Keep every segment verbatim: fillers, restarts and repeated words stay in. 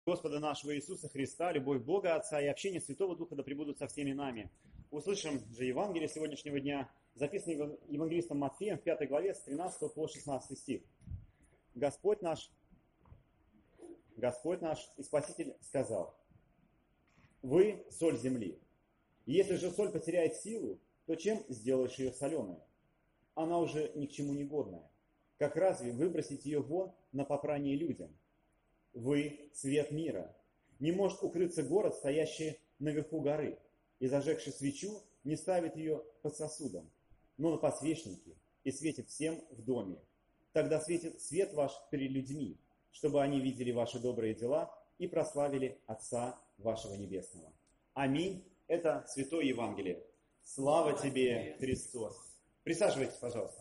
Господа нашего Иисуса Христа, любовь Бога Отца и общение Святого Духа да пребудут со всеми нами. Услышим же Евангелие сегодняшнего дня, записанное евангелистом Матфеем в пятой главе с тринадцатого по шестнадцатый стих. Господь наш, Господь наш и Спаситель сказал: «Вы – соль земли. Если же соль потеряет силу, то чем сделаешь ее соленой? Она уже ни к чему не годная. Как разве выбросить ее вон на попрание людям? Вы – свет мира. Не может укрыться город, стоящий наверху горы, и, зажегший свечу, не ставит ее под сосудом, но на подсвечнике, и светит всем в доме. Тогда светит свет ваш перед людьми, чтобы они видели ваши добрые дела и прославили Отца вашего Небесного». Аминь. Это Святое Евангелие. Слава тебе, Христос. Присаживайтесь, пожалуйста.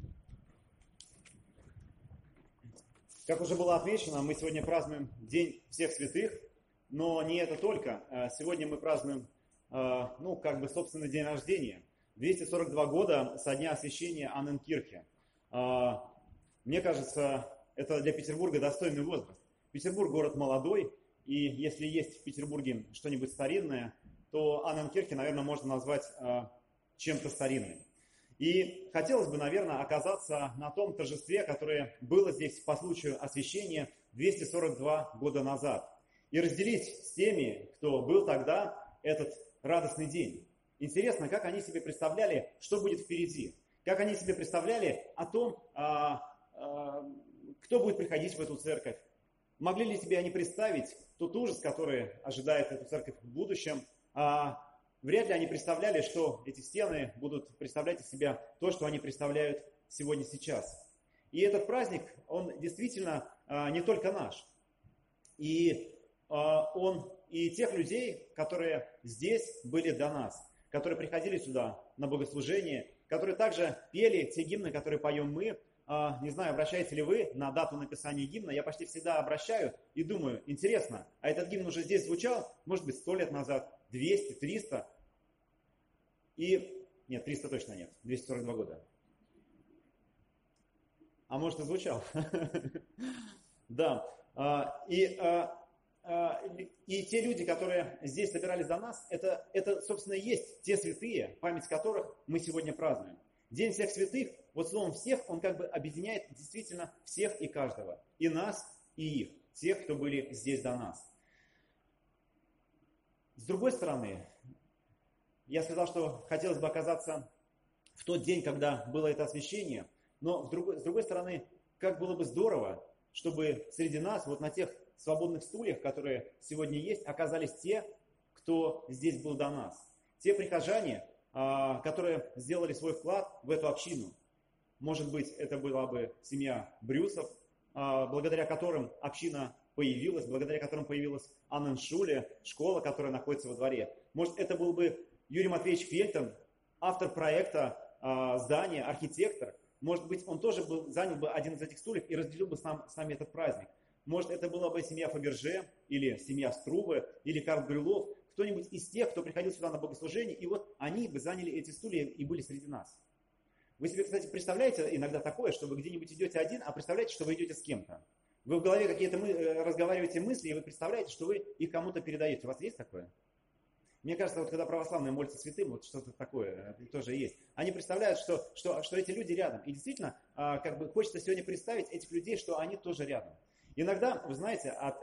Как уже было отмечено, мы сегодня празднуем День всех святых, но не это только. Сегодня мы празднуем, ну, как бы, собственно, день рождения. двести сорок два года со дня освящения Анненкирхе. Мне кажется, это для Петербурга достойный возраст. Петербург город молодой, и если есть в Петербурге что-нибудь старинное, то Анненкирхе, наверное, можно назвать чем-то старинным. И хотелось бы, наверное, оказаться на том торжестве, которое было здесь по случаю освящения двести сорок два года назад. И разделить с теми, кто был тогда, этот радостный день. Интересно, как они себе представляли, что будет впереди. Как они себе представляли о том, а, а, кто будет приходить в эту церковь. Могли ли себе они представить тот ужас, который ожидает эту церковь в будущем. А, Вряд ли они представляли, что эти стены будут представлять из себя то, что они представляют сегодня сейчас. И этот праздник, он действительно а, не только наш. И а, он и тех людей, которые здесь были до нас, которые приходили сюда на богослужение, которые также пели те гимны, которые поем мы. А, не знаю, обращаете ли вы на дату написания гимна, я почти всегда обращаю и думаю, интересно, а этот гимн уже здесь звучал, может быть, сто лет назад, двести, триста. И, нет, триста точно нет, двести сорок два года. А может и звучал. Да. И, и те люди, которые здесь собирались до нас, это, это, собственно, и есть те святые, память которых мы сегодня празднуем. День всех святых, вот словом всех, он как бы объединяет действительно всех и каждого. И нас, и их, тех, кто были здесь до нас. С другой стороны, я сказал, что хотелось бы оказаться в тот день, когда было это освящение, но с другой, с другой стороны, как было бы здорово, чтобы среди нас, вот на тех свободных стульях, которые сегодня есть, оказались те, кто здесь был до нас. Те прихожане, которые сделали свой вклад в эту общину. Может быть, это была бы семья Брюсов, благодаря которым община появилась, благодаря которым появилась Анненшуле, школа, которая находится во дворе. Может, это был бы Юрий Матвеевич Фельтон, автор проекта здания, архитектор. Может быть, он тоже был, занял бы один из этих стульев и разделил бы с, нам, с нами этот праздник. Может, это была бы семья Фаберже, или семья Струве, или Карл Брюлов, кто-нибудь из тех, кто приходил сюда на богослужение, и вот они бы заняли эти стулья и были среди нас. Вы себе, кстати, представляете иногда такое, что вы где-нибудь идете один, а представляете, что вы идете с кем-то. Вы в голове какие-то мы, разговариваете мысли, и вы представляете, что вы их кому-то передаете. У вас есть такое? Мне кажется, вот когда православные молятся святым, вот что-то такое тоже есть. Они представляют, что, что, что эти люди рядом. И действительно, как бы хочется сегодня представить этих людей, что они тоже рядом. Иногда, вы знаете, от,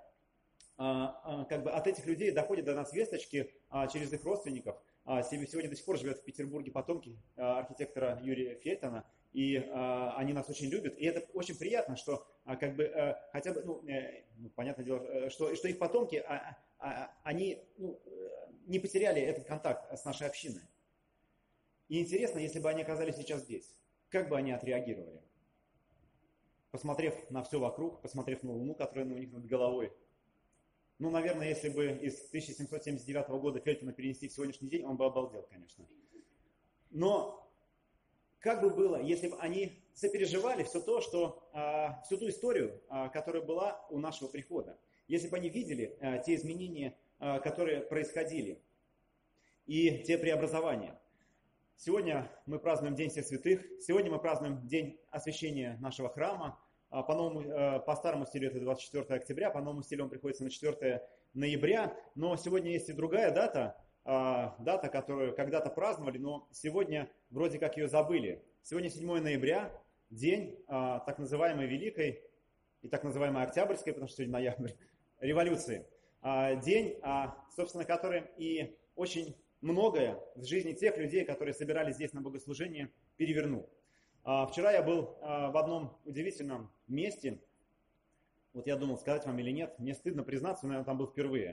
как бы от этих людей доходят до нас весточки через их родственников. Сегодня до сих пор живет в Петербурге потомки архитектора Юрия Фельтона. И э, они нас очень любят, и это очень приятно, что э, как бы э, хотя бы, ну, э, ну понятное дело, э, что, что их потомки, э, э, они ну, э, не потеряли этот контакт с нашей общиной. И интересно, если бы они оказались сейчас здесь, как бы они отреагировали? Посмотрев на все вокруг, посмотрев на Луну, которая у них над головой. Ну, наверное, если бы из тысяча семьсот семьдесят девятого года Фельтона перенести в сегодняшний день, он бы обалдел, конечно. Но как бы было, если бы они сопереживали все то, что, а, всю ту историю, а, которая была у нашего прихода. Если бы они видели а, те изменения, а, которые происходили, и те преобразования. Сегодня мы празднуем День всех святых, сегодня мы празднуем День освящения нашего храма. по, новому, по старому стилю это двадцать четвёртое октября, по новому стилю он приходится на четвёртое ноября. Но сегодня есть и другая дата, дата, которую когда-то праздновали, но сегодня вроде как ее забыли. Сегодня седьмое ноября, день так называемой Великой и так называемой Октябрьской, потому что сегодня ноябрь, революции. День, собственно, который и очень многое в жизни тех людей, которые собирались здесь на богослужение, перевернул. Вчера я был в одном удивительном месте. Вот я думал, сказать вам или нет. Мне стыдно признаться, но я там был впервые.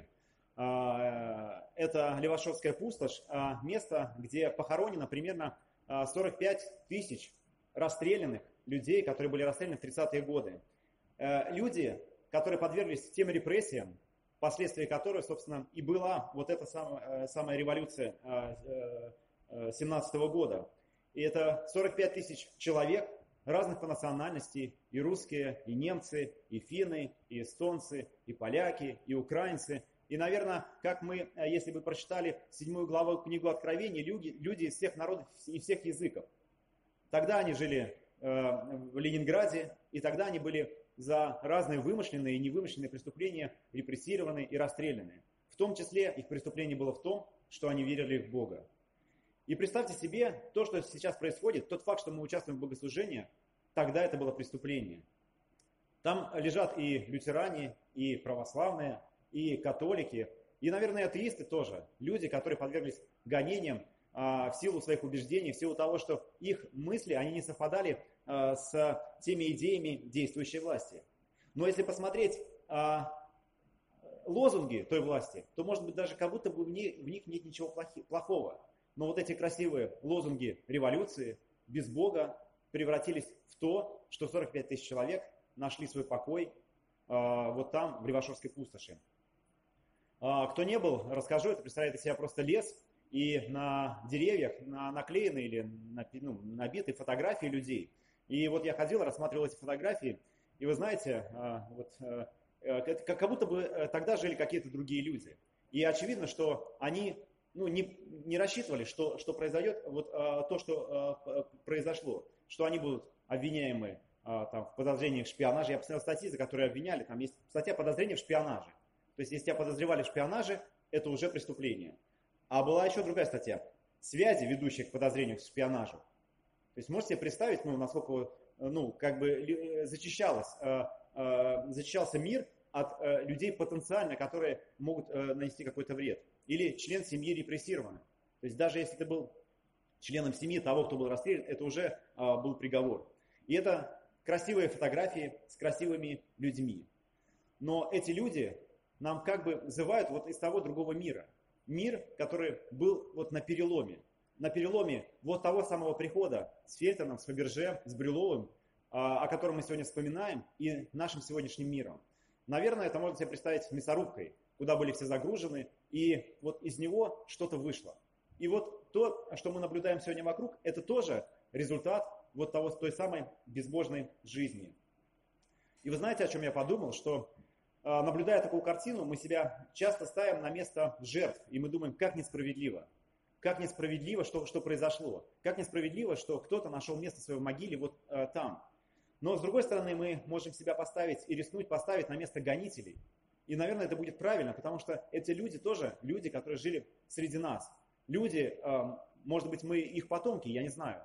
Это Левашовская пустошь, место, где похоронено примерно сорок пять тысяч расстрелянных людей, которые были расстреляны в тридцатые годы. Люди, которые подверглись тем репрессиям, впоследствии которой, собственно, и была вот эта самая, самая революция семнадцатого года. И это сорок пять тысяч человек разных по национальности, и русские, и немцы, и финны, и эстонцы, и поляки, и украинцы. И, наверное, как мы, если бы прочитали седьмую главу книгу Откровения, люди, люди из всех народов и всех языков. Тогда они жили э, в Ленинграде, и тогда они были за разные вымышленные и невымышленные преступления репрессированы и расстреляны. В том числе их преступление было в том, что они верили в Бога. И представьте себе, то, что сейчас происходит, тот факт, что мы участвуем в богослужении, тогда это было преступление. Там лежат и лютеране, и православные, и католики, и, наверное, атеисты тоже. Люди, которые подверглись гонениям а, в силу своих убеждений, в силу того, что их мысли, они не совпадали а, с теми идеями действующей власти. Но если посмотреть а, лозунги той власти, то, может быть, даже как будто бы в них, в них нет ничего плохи, плохого. Но вот эти красивые лозунги революции без Бога превратились в то, что сорок пять тысяч человек нашли свой покой э, вот там, в Левашовской пустоши. Э, кто не был, расскажу, это представляет из себя просто лес, и на деревьях на, наклеены или на, ну, набиты фотографии людей. И вот я ходил, рассматривал эти фотографии, и вы знаете, э, вот, э, э, как будто бы тогда жили какие-то другие люди. И очевидно, что они... Ну, не, не рассчитывали, что, что произойдет вот, а, то, что а, произошло, что они будут обвиняемы а, там, в подозрениях в шпионаже. Я посмотрел статьи, за которые обвиняли, там есть статья подозрения в шпионаже. То есть, если тебя подозревали в шпионаже, это уже преступление. А была еще другая статья, связи, ведущие к подозрению в шпионаже. То есть, можете себе представить, ну, насколько ну, как бы зачищалось, а, а, зачищался мир от а, людей потенциально, которые могут а, нанести какой-то вред. Или член семьи репрессирован. То есть даже если ты был членом семьи того, кто был расстрелян, это уже а, был приговор. И это красивые фотографии с красивыми людьми. Но эти люди нам как бы взывают вот из того другого мира. Мир, который был вот на переломе. На переломе вот того самого прихода с Фельтоном, с Фаберже, с Брюловым, а, о котором мы сегодня вспоминаем, и нашим сегодняшним миром. Наверное, это можно себе представить мясорубкой, куда были все загружены, и вот из него что-то вышло. И вот то, что мы наблюдаем сегодня вокруг, это тоже результат вот того, той самой безбожной жизни. И вы знаете, о чем я подумал, что наблюдая такую картину, мы себя часто ставим на место жертв, и мы думаем, как несправедливо. Как несправедливо, что, что произошло. Как несправедливо, что кто-то нашел место в своей могиле вот э, там. Но с другой стороны, мы можем себя поставить и рискнуть поставить на место гонителей. И, наверное, это будет правильно, потому что эти люди тоже люди, которые жили среди нас. Люди, может быть, мы их потомки, я не знаю.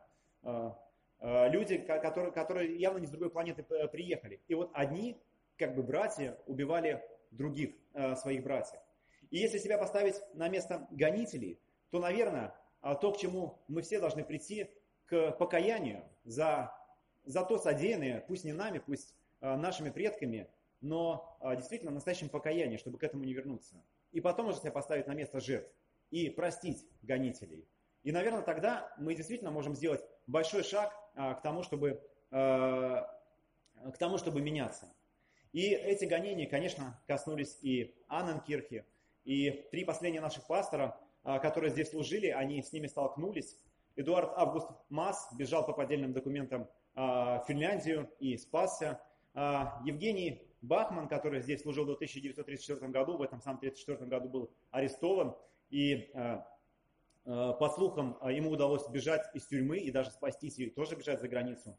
Люди, которые, которые явно не с другой планеты приехали. И вот одни, как бы братья, убивали других своих братьев. И если себя поставить на место гонителей, то, наверное, то, к чему мы все должны прийти, к покаянию за, за то содеянное, пусть не нами, пусть нашими предками, но а, действительно настоящем покаянии, чтобы к этому не вернуться. И потом уже себя поставить на место жертв и простить гонителей. И, наверное, тогда мы действительно можем сделать большой шаг а, к тому, чтобы, а, к тому, чтобы меняться. И эти гонения, конечно, коснулись и Анненкирхи, и три последних наших пастора, а, которые здесь служили, они с ними столкнулись. Эдуард Август Мас бежал по поддельным документам а, в Финляндию и спасся. А, Евгений Бахман, который здесь служил до тысяча девятьсот тридцать четвёртого году, в этом самом тридцать четвёртом году был арестован. И э, э, по слухам, ему удалось бежать из тюрьмы и даже спастись и тоже бежать за границу.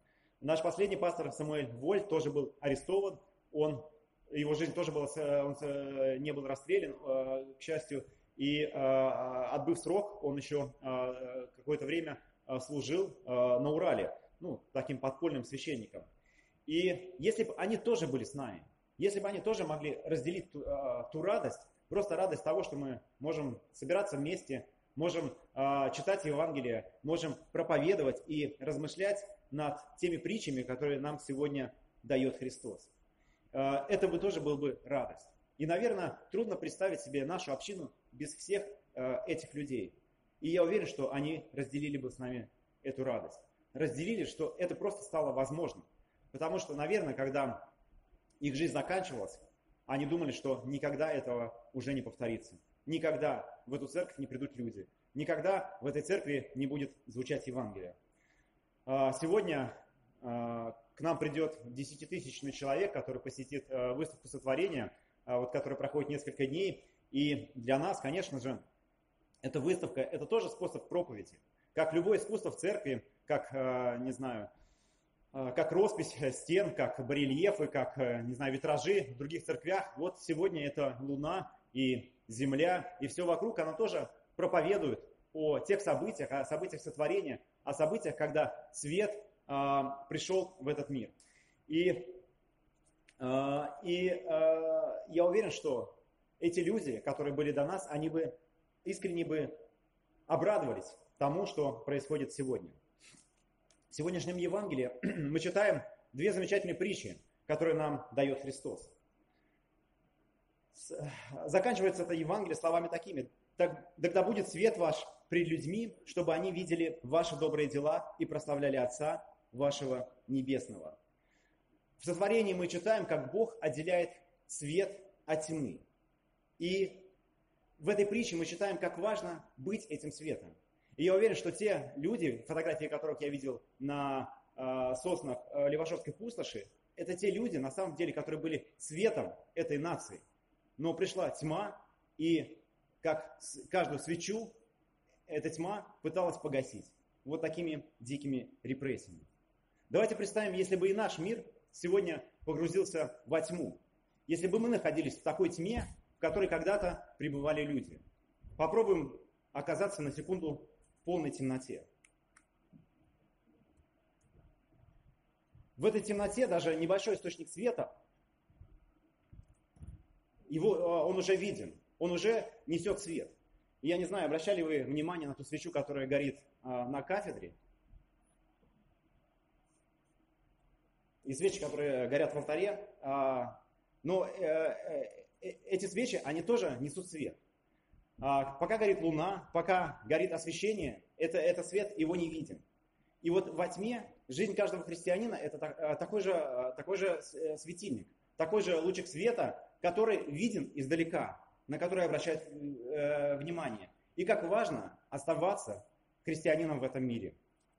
Наш последний пастор Самуэль Вольт тоже был арестован. Он, его жизнь тоже была, он не был расстрелян, к счастью. И отбыв срок, он еще какое-то время служил на Урале, ну, таким подпольным священником. И если бы они тоже были с нами, если бы они тоже могли разделить ту, ту радость, просто радость того, что мы можем собираться вместе, можем читать Евангелие, можем проповедовать и размышлять над теми притчами, которые нам сегодня дает Христос. Это бы тоже была бы радость. И, наверное, трудно представить себе нашу общину без всех этих людей. И я уверен, что они разделили бы с нами эту радость. Разделили, что это просто стало возможным. Потому что, наверное, когда их жизнь заканчивалась, они думали, что никогда этого уже не повторится. Никогда в эту церковь не придут люди. Никогда в этой церкви не будет звучать Евангелие. Сегодня к нам придет десятитысячный человек, который посетит выставку сотворения, вот, которая проходит несколько дней. И для нас, конечно же, эта выставка – это тоже способ проповеди. Как любое искусство в церкви, как, не знаю, как роспись стен, как барельефы, как, не знаю, витражи в других церквях. Вот сегодня это Луна и Земля, и все вокруг, она тоже проповедует о тех событиях, о событиях сотворения, о событиях, когда свет а, пришел в этот мир. И, а, и а, я уверен, что эти люди, которые были до нас, они бы искренне бы обрадовались тому, что происходит сегодня. В сегодняшнем Евангелии мы читаем две замечательные притчи, которые нам дает Христос. Заканчивается это Евангелие словами такими: «Тогда будет свет ваш пред людьми, чтобы они видели ваши добрые дела и прославляли Отца вашего Небесного». В сотворении мы читаем, как Бог отделяет свет от тьмы. И в этой притче мы читаем, как важно быть этим светом. И я уверен, что те люди, фотографии которых я видел на э, соснах э, Левашовской пустоши, это те люди, на самом деле, которые были светом этой нации. Но пришла тьма, и как каждую свечу эта тьма пыталась погасить. Вот такими дикими репрессиями. Давайте представим, если бы и наш мир сегодня погрузился во тьму. Если бы мы находились в такой тьме, в которой когда-то пребывали люди. Попробуем оказаться на секунду в полной темноте. В этой темноте даже небольшой источник света, его, он уже виден, он уже несет свет. И я не знаю, обращали вы внимание на ту свечу, которая горит а, на кафедре, и свечи, которые горят в алтаре, а, но э, э, эти свечи, они тоже несут свет. А, пока горит луна, пока горит освещение, это, это свет, его не виден. И вот во тьме жизнь каждого христианина – это так, такой, же, такой же светильник, такой же лучик света, который виден издалека, на который обращают э, внимание. И как важно оставаться христианином в этом мире.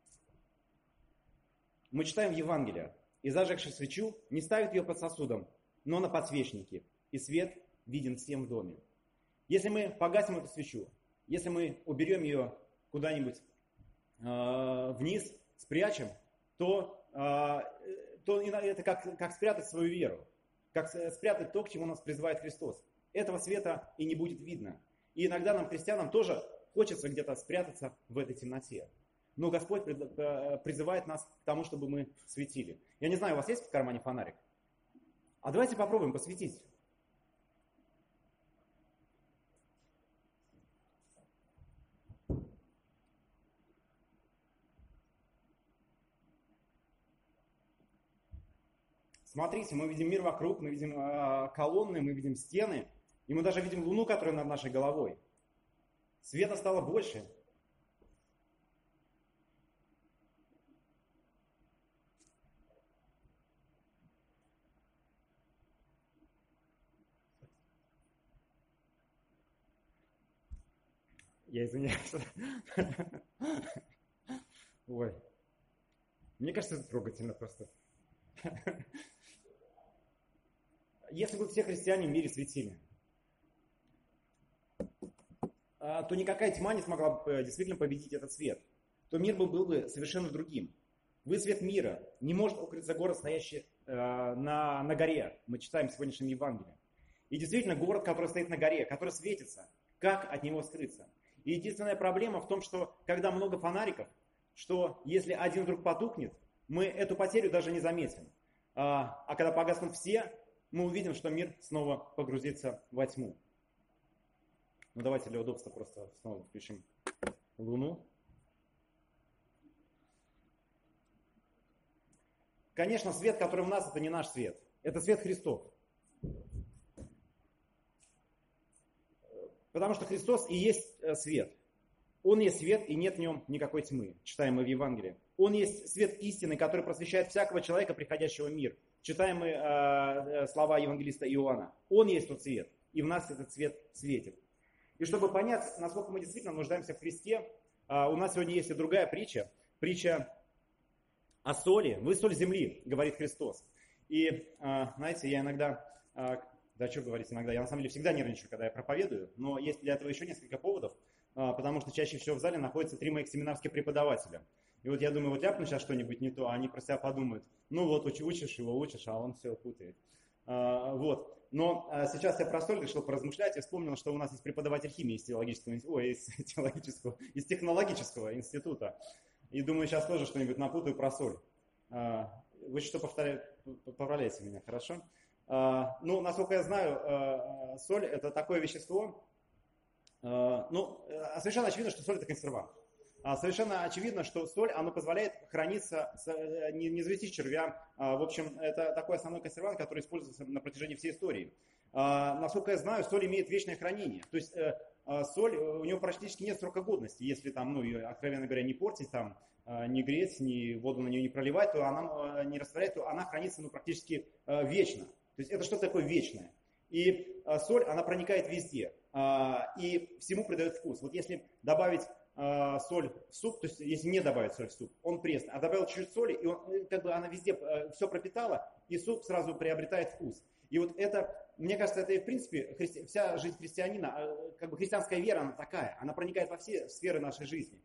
Мы читаем Евангелие: «И зажегши свечу, не ставит ее под сосудом, но на подсвечнике, и свет виден всем в доме». Если мы погасим эту свечу, если мы уберем ее куда-нибудь э, вниз, спрячем, то, э, то это как, как спрятать свою веру, как спрятать то, к чему нас призывает Христос. Этого света и не будет видно. И иногда нам, христианам, тоже хочется где-то спрятаться в этой темноте. Но Господь призывает нас к тому, чтобы мы светили. Я не знаю, у вас есть в кармане фонарик? А давайте попробуем посветить. Смотрите, мы видим мир вокруг, мы видим э, колонны, мы видим стены, и мы даже видим луну, которая над нашей головой. Света стало больше. Я извиняюсь. Ой. Мне кажется, это трогательно просто. Если бы все христиане в мире светили, то никакая тьма не смогла бы действительно победить этот свет. То мир был бы совершенно другим. Вы свет мира. Не может укрыться город, стоящий э, на, на горе. Мы читаем в сегодняшнем Евангелии. И действительно, город, который стоит на горе, который светится, как от него скрыться? И единственная проблема в том, что когда много фонариков, что если один вдруг потухнет, мы эту потерю даже не заметим. А, а когда погаснут все, мы увидим, что мир снова погрузится во тьму. Ну давайте для удобства просто снова включим Луну. Конечно, свет, который у нас, это не наш свет. Это свет Христов. Потому что Христос и есть свет. Он есть свет, и нет в нем никакой тьмы. Читаем мы в Евангелии. Он есть свет истины, который просвещает всякого человека, приходящего в мир. Читаем мы э, слова евангелиста Иоанна. Он есть тот свет, и в нас этот свет светит. И чтобы понять, насколько мы действительно нуждаемся в Христе, э, у нас сегодня есть и другая притча. Притча о соли. Вы соль земли, говорит Христос. И, э, знаете, я иногда, э, да что говорить иногда, я на самом деле всегда нервничаю, когда я проповедую, но есть для этого еще несколько поводов, э, потому что чаще всего в зале находятся три моих семинарских преподавателя. И вот я думаю, вот ляпну сейчас что-нибудь не то, а они про себя подумают, ну вот уч, учишь его, учишь, а он все путает. А, вот. Но а, сейчас я про соль решил поразмышлять и вспомнил, что у нас есть преподаватель химии из теологического, ой, из, теологического, из технологического института. И думаю, сейчас тоже что-нибудь напутаю про соль. А, вы что поправляете меня, хорошо? А, ну, насколько я знаю, а, соль это такое вещество, а, ну, совершенно очевидно, что соль это консервант. Совершенно очевидно, что соль, она позволяет храниться, не, не завестись червям. В общем, это такой основной консервант, который используется на протяжении всей истории. Насколько я знаю, соль имеет вечное хранение. То есть соль, у нее практически нет срока годности. Если там, ну, ее, откровенно говоря, не портить, там, не греть, ни воду на нее не проливать, то она не растворяет, то она хранится ну, практически вечно. То есть это что-то такое вечное. И соль, она проникает везде. И всему придает вкус. Вот если добавить соль в суп, то есть если не добавить соль в суп, он пресный, а добавил чуть-чуть соли, и он, как бы она везде все пропитала, и суп сразу приобретает вкус. И вот это, мне кажется, это и в принципе христи... вся жизнь христианина, как бы христианская вера, она такая, она проникает во все сферы нашей жизни.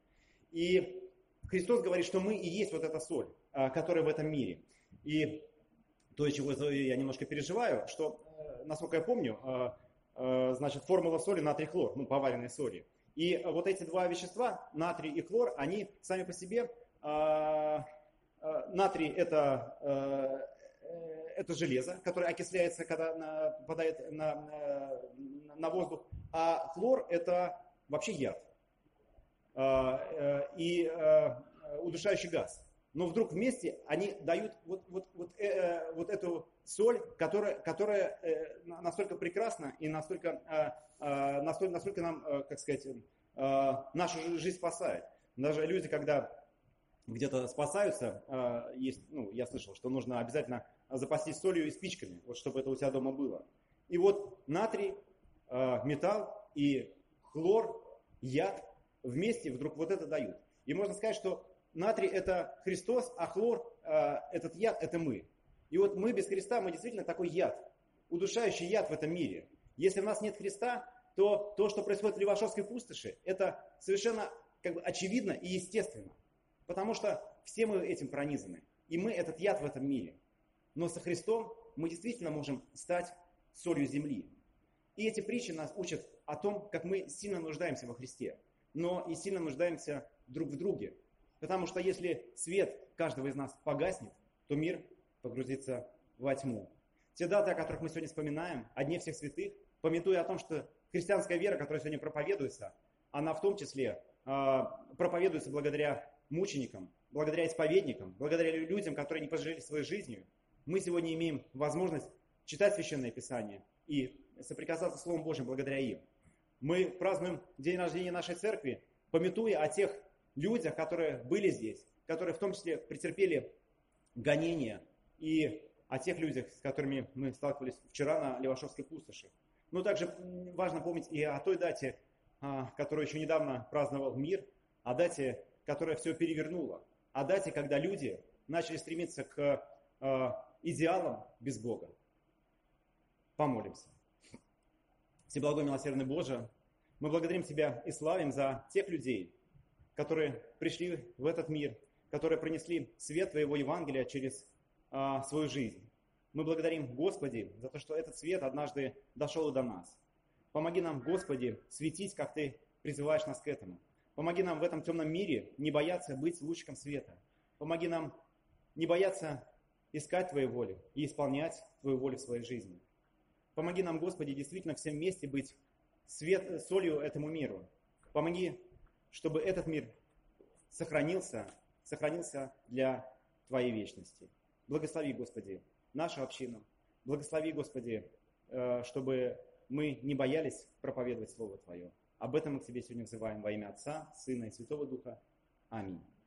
И Христос говорит, что мы и есть вот эта соль, которая в этом мире. И то, чего я немножко переживаю, что, насколько я помню, значит, формула соли натрий-хлор, ну, поваренной соли. И вот эти два вещества, натрий и хлор, они сами по себе, э, э, натрий это, э, это железо, которое окисляется, когда на, попадает на, на, на воздух, а хлор это вообще яд э, э, и э, удушающий газ. Но вдруг вместе они дают вот, вот, вот, э, вот эту соль, которая, которая э, настолько прекрасна и настолько... Э, Настолько, настолько нам, как сказать, нашу жизнь спасает. Даже люди, когда где-то спасаются, есть, ну, я слышал, что нужно обязательно запастись солью и спичками, вот, чтобы это у тебя дома было. И вот натрий, металл и хлор, яд вместе вдруг вот это дают. И можно сказать, что натрий это Христос, а хлор, этот яд, это мы. И вот мы без Христа, мы действительно такой яд, удушающий яд в этом мире. Если у нас нет Христа, то то, что происходит в Левашовской пустоши, это совершенно как бы, очевидно и естественно. Потому что все мы этим пронизаны. И мы этот яд в этом мире. Но со Христом мы действительно можем стать солью земли. И эти притчи нас учат о том, как мы сильно нуждаемся во Христе. Но и сильно нуждаемся друг в друге. Потому что если свет каждого из нас погаснет, то мир погрузится во тьму. Те даты, о которых мы сегодня вспоминаем, о Дне всех святых, памятуя о том, что христианская вера, которая сегодня проповедуется, она в том числе э, проповедуется благодаря мученикам, благодаря исповедникам, благодаря людям, которые не пожалели своей жизнью. Мы сегодня имеем возможность читать Священное Писание и соприкасаться с Словом Божьим благодаря им. Мы празднуем день рождения нашей церкви, памятуя о тех людях, которые были здесь, которые в том числе претерпели гонения, и о тех людях, с которыми мы сталкивались вчера на Левашовской пустоши. Но также важно помнить и о той дате, которую еще недавно праздновал мир, о дате, которая все перевернула, о дате, когда люди начали стремиться к идеалам без Бога. Помолимся. Всеблагой милосердный Боже, мы благодарим Тебя и славим за тех людей, которые пришли в этот мир, которые принесли свет Твоего Евангелия через а, свою жизнь. Мы благодарим, Господи, за то, что этот свет однажды дошел и до нас. Помоги нам, Господи, светить, как Ты призываешь нас к этому. Помоги нам в этом темном мире не бояться быть лучиком света. Помоги нам не бояться искать Твою волю и исполнять Твою волю в своей жизни. Помоги нам, Господи, действительно всем вместе быть свет, солью этому миру. Помоги, чтобы этот мир сохранился, сохранился для Твоей вечности. Благослови, Господи, нашу общину. Благослови, Господи, чтобы мы не боялись проповедовать Слово Твое. Об этом мы к Тебе сегодня взываем во имя Отца, Сына и Святого Духа. Аминь.